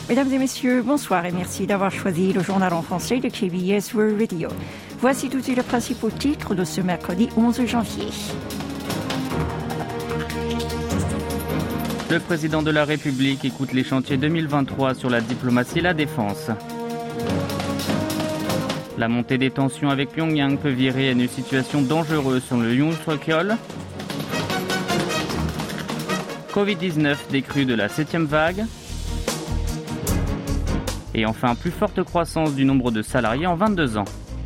Mesdames et messieurs, bonsoir et merci d'avoir choisi le journal en français de KBS World Radio. Voici tous les principaux titres de ce mercredi 11 janvier. Le président de la République écoute les chantiers 2023 sur la diplomatie et la défense. La montée des tensions avec Pyongyang peut virer à une situation dangereuse sur le Yoonseokyeol. Covid-19 décrue de la 7e vague. Et enfin, plus forte croissance du nombre de salariés en 22 ans.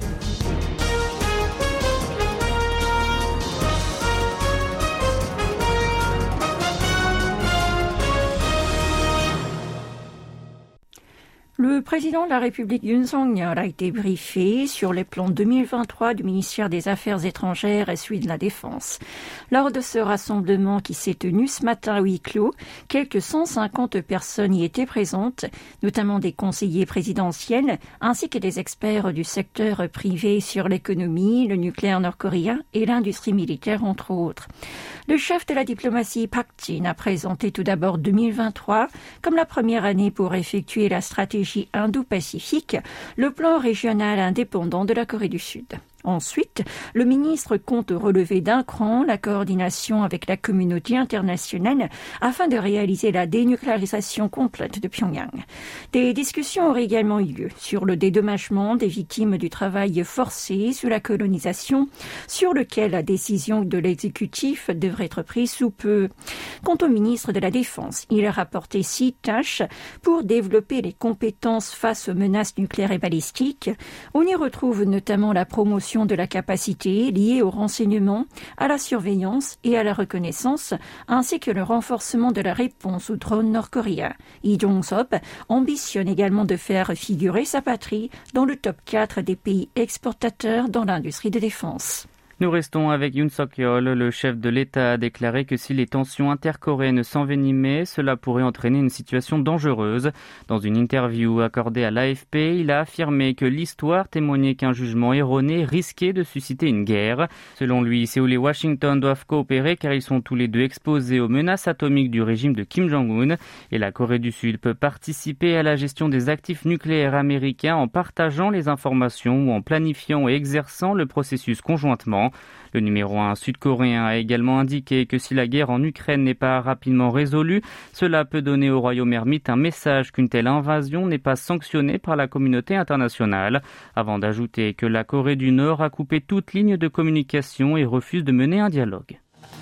Le président de la République Yoon Suk-yeol a été briefé sur les plans 2023 du ministère des Affaires étrangères et celui de la Défense. Lors de ce rassemblement qui s'est tenu ce matin à huis clos, quelques 150 personnes y étaient présentes, notamment des conseillers présidentiels ainsi que des experts du secteur privé sur l'économie, le nucléaire nord-coréen et l'industrie militaire entre autres. Le chef de la diplomatie Park Jin a présenté tout d'abord 2023 comme la première année pour effectuer la stratégie Indo-Pacifique, le plan régional indépendant de la Corée du Sud. Ensuite, le ministre compte relever d'un cran la coordination avec la communauté internationale afin de réaliser la dénucléarisation complète de Pyongyang. Des discussions auraient également eu lieu sur le dédommagement des victimes du travail forcé sous la colonisation, sur lequel la décision de l'exécutif devrait être prise sous peu. Quant au ministre de la Défense, il a rapporté 6 tâches pour développer les compétences face aux menaces nucléaires et balistiques. On y retrouve notamment la promotion de la capacité liée au renseignement, à la surveillance et à la reconnaissance, ainsi que le renforcement de la réponse aux drones nord-coréens. Lee Jong-sop ambitionne également de faire figurer sa patrie dans le top 4 des pays exportateurs dans l'industrie de défense. Nous restons avec Yoon Suk-yeol. Le chef de l'État a déclaré que si les tensions intercoréennes s'envenimaient, cela pourrait entraîner une situation dangereuse. Dans une interview accordée à l'AFP, il a affirmé que l'histoire témoignait qu'un jugement erroné risquait de susciter une guerre. Selon lui, Séoul et Washington doivent coopérer car ils sont tous les deux exposés aux menaces atomiques du régime de Kim Jong-un et la Corée du Sud peut participer à la gestion des actifs nucléaires américains en partageant les informations ou en planifiant et exerçant le processus conjointement. Le numéro 1 sud-coréen a également indiqué que si la guerre en Ukraine n'est pas rapidement résolue, cela peut donner au royaume ermite un message qu'une telle invasion n'est pas sanctionnée par la communauté internationale, avant d'ajouter que la Corée du Nord a coupé toute ligne de communication et refuse de mener un dialogue.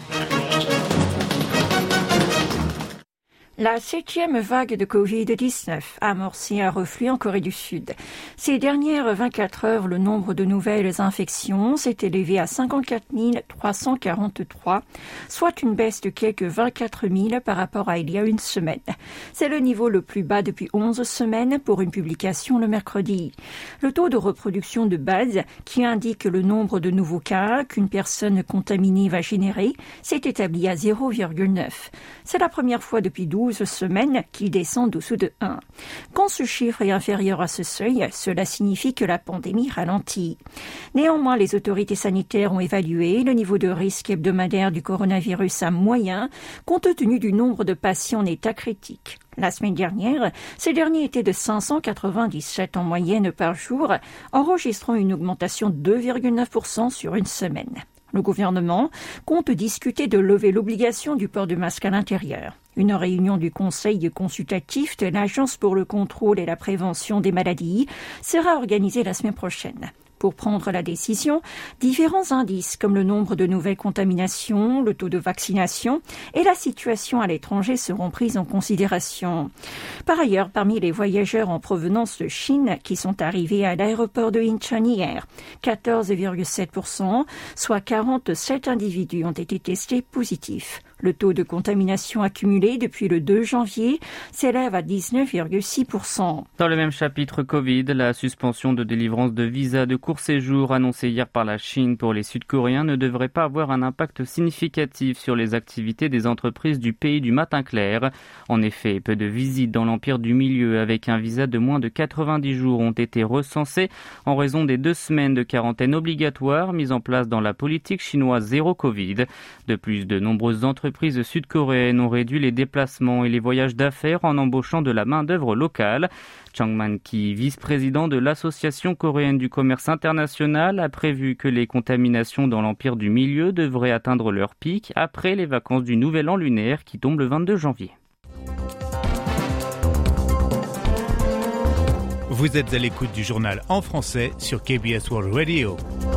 La 7e vague de Covid-19 a amorcé un reflux en Corée du Sud. Ces dernières 24 heures, le nombre de nouvelles infections s'est élevé à 54 343, soit une baisse de quelques 24 000 par rapport à il y a une semaine. C'est le niveau le plus bas depuis 11 semaines pour une publication le mercredi. Le taux de reproduction de base, qui indique le nombre de nouveaux cas qu'une personne contaminée va générer, s'est établi à 0,9. C'est la première fois depuis 12 semaines qu'il descend dessous de 1. Quand ce chiffre est inférieur à ce seuil, cela signifie que la pandémie ralentit. Néanmoins, les autorités sanitaires ont évalué le niveau de risque hebdomadaire du coronavirus à moyen, compte tenu du nombre de patients en état critique. La semaine dernière, ces derniers étaient de 597 en moyenne par jour, enregistrant une augmentation de 2,9% sur une semaine. Le gouvernement compte discuter de lever l'obligation du port de masque à l'intérieur. Une réunion du Conseil consultatif de l'Agence pour le contrôle et la prévention des maladies sera organisée la semaine prochaine. Pour prendre la décision, différents indices comme le nombre de nouvelles contaminations, le taux de vaccination et la situation à l'étranger seront pris en considération. Par ailleurs, parmi les voyageurs en provenance de Chine qui sont arrivés à l'aéroport de Incheon hier, 14,7%, soit 47 individus ont été testés positifs. Le taux de contamination accumulé depuis le 2 janvier s'élève à 19,6%. Dans le même chapitre Covid, la suspension de délivrance de visas de court séjour annoncée hier par la Chine pour les Sud-Coréens ne devrait pas avoir un impact significatif sur les activités des entreprises du pays du matin clair. En effet, peu de visites dans l'Empire du Milieu avec un visa de moins de 90 jours ont été recensées en raison des 2 semaines de quarantaine obligatoire mises en place dans la politique chinoise zéro Covid. De plus, de nombreuses entreprises entreprises sud-coréennes ont réduit les déplacements et les voyages d'affaires en embauchant de la main-d'œuvre locale. Chang Man-ki, vice-président de l'Association coréenne du commerce international, a prévu que les contaminations dans l'empire du milieu devraient atteindre leur pic après les vacances du Nouvel An lunaire qui tombent le 22 janvier. Vous êtes à l'écoute du journal en français sur KBS World Radio.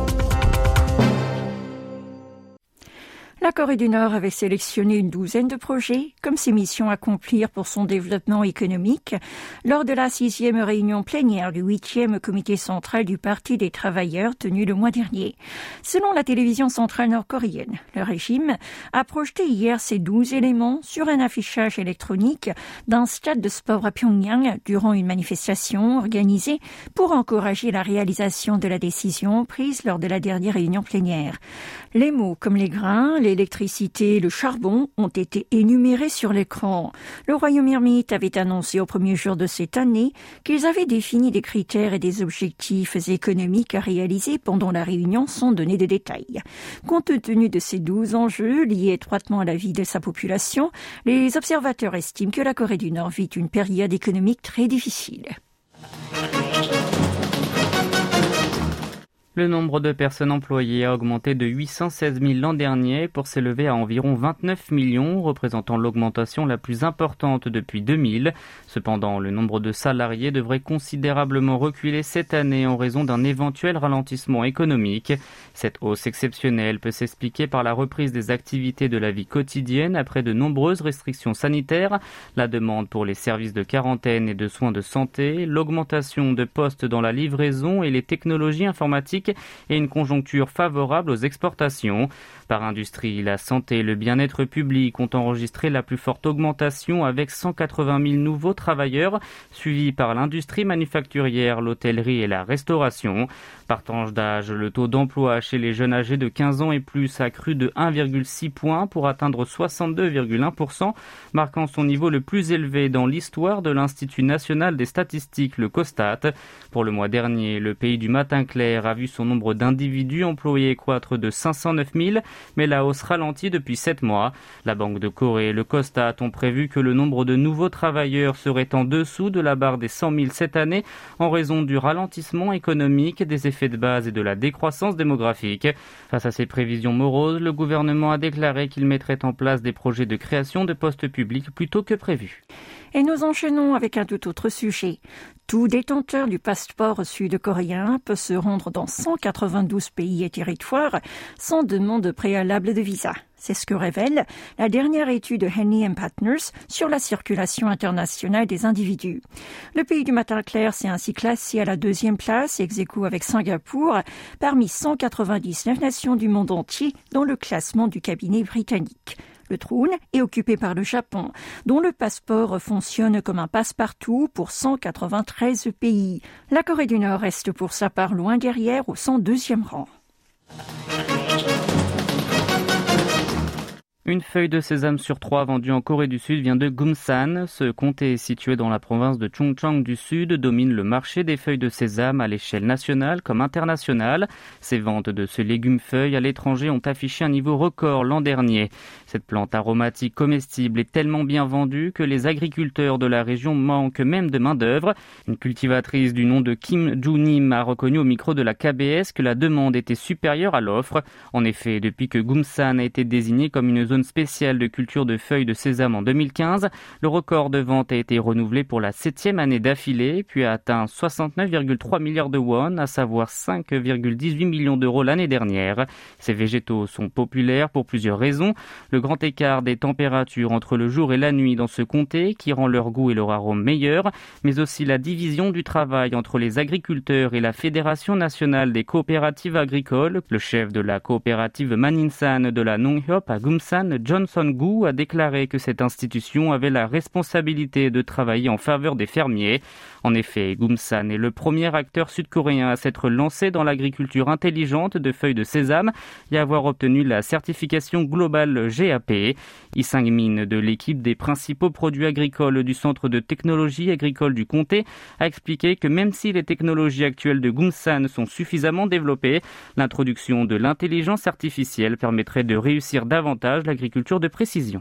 La Corée du Nord avait sélectionné une douzaine de projets comme ses missions à accomplir pour son développement économique lors de la 6e réunion plénière du 8e comité central du Parti des travailleurs tenue le mois dernier. Selon la télévision centrale nord-coréenne, le régime a projeté hier ces 12 éléments sur un affichage électronique d'un stade de sport à Pyongyang durant une manifestation organisée pour encourager la réalisation de la décision prise lors de la dernière réunion plénière. Les mots comme les grains, l'électricité et le charbon ont été énumérés sur l'écran. Le royaume ermite avait annoncé au premier jour de cette année qu'ils avaient défini des critères et des objectifs économiques à réaliser pendant la réunion sans donner de détails. Compte tenu de ces 12 enjeux liés étroitement à la vie de sa population, les observateurs estiment que la Corée du Nord vit une période économique très difficile. Le nombre de personnes employées a augmenté de 816 000 l'an dernier pour s'élever à environ 29 millions, représentant l'augmentation la plus importante depuis 2000. Cependant, le nombre de salariés devrait considérablement reculer cette année en raison d'un éventuel ralentissement économique. Cette hausse exceptionnelle peut s'expliquer par la reprise des activités de la vie quotidienne après de nombreuses restrictions sanitaires, la demande pour les services de quarantaine et de soins de santé, l'augmentation de postes dans la livraison et les technologies informatiques et une conjoncture favorable aux exportations. Par industrie, la santé et le bien-être public ont enregistré la plus forte augmentation avec 180 000 nouveaux travailleurs, suivis par l'industrie manufacturière, l'hôtellerie et la restauration. Par tranche d'âge, le taux d'emploi chez les jeunes âgés de 15 ans et plus a crû de 1,6 points pour atteindre 62,1%, marquant son niveau le plus élevé dans l'histoire de l'Institut national des statistiques, le COSTAT. Pour le mois dernier, le pays du matin clair a vu son nombre d'individus employés croître de 509 000, mais la hausse ralentit depuis 7 mois. La Banque de Corée et le COSTAT ont prévu que le nombre de nouveaux travailleurs serait en dessous de la barre des 100 000 cette année en raison du ralentissement économique, des effets de base et de la décroissance démographique. Face à ces prévisions moroses, le gouvernement a déclaré qu'il mettrait en place des projets de création de postes publics plus tôt que prévu. Et nous enchaînons avec un tout autre sujet. Tout détenteur du passeport sud-coréen peut se rendre dans 192 pays et territoires sans demande préalable de visa. C'est ce que révèle la dernière étude de Henley & Partners sur la circulation internationale des individus. Le pays du matin clair s'est ainsi classé à la 2e place, ex-aequo avec Singapour, parmi 199 nations du monde entier dans le classement du cabinet britannique. Le trône est occupé par le Japon, dont le passeport fonctionne comme un passe-partout pour 193 pays. La Corée du Nord reste pour sa part loin derrière au 102e rang. Une feuille de sésame sur 3 vendue en Corée du Sud vient de Gumsan. Ce comté situé dans la province de Chungcheong du Sud domine le marché des feuilles de sésame à l'échelle nationale comme internationale. Ces ventes de ce légume-feuille à l'étranger ont affiché un niveau record l'an dernier. Cette plante aromatique comestible est tellement bien vendue que les agriculteurs de la région manquent même de main-d'œuvre. Une cultivatrice du nom de Kim Joo-nim a reconnu au micro de la KBS que la demande était supérieure à l'offre. En effet, depuis que Gumsan a été désigné comme une zone spéciale de culture de feuilles de sésame en 2015, le record de vente a été renouvelé pour la 7e année d'affilée, puis a atteint 69,3 milliards de won, à savoir 5,18 millions d'euros l'année dernière. Ces végétaux sont populaires pour plusieurs raisons. Le grand écart des températures entre le jour et la nuit dans ce comté, qui rend leur goût et leur arôme meilleurs, mais aussi la division du travail entre les agriculteurs et la Fédération nationale des coopératives agricoles. Le chef de la coopérative Maninsan de la Nonghyop à Gumsan, Johnson Gu, a déclaré que cette institution avait la responsabilité de travailler en faveur des fermiers. En effet, Gumsan est le premier acteur sud-coréen à s'être lancé dans l'agriculture intelligente de feuilles de sésame et avoir obtenu la certification globale GAP. Lee Sang-min de l'équipe des principaux produits agricoles du Centre de technologie agricole du comté a expliqué que même si les technologies actuelles de Gumsan sont suffisamment développées, l'introduction de l'intelligence artificielle permettrait de réussir davantage l'agriculture de précision.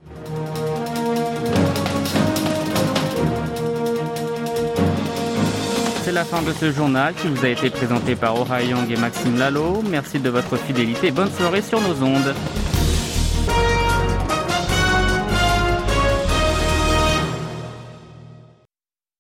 C'est la fin de ce journal qui vous a été présenté par Ora Young et Maxime Lalo. Merci de votre fidélité et bonne soirée sur nos ondes.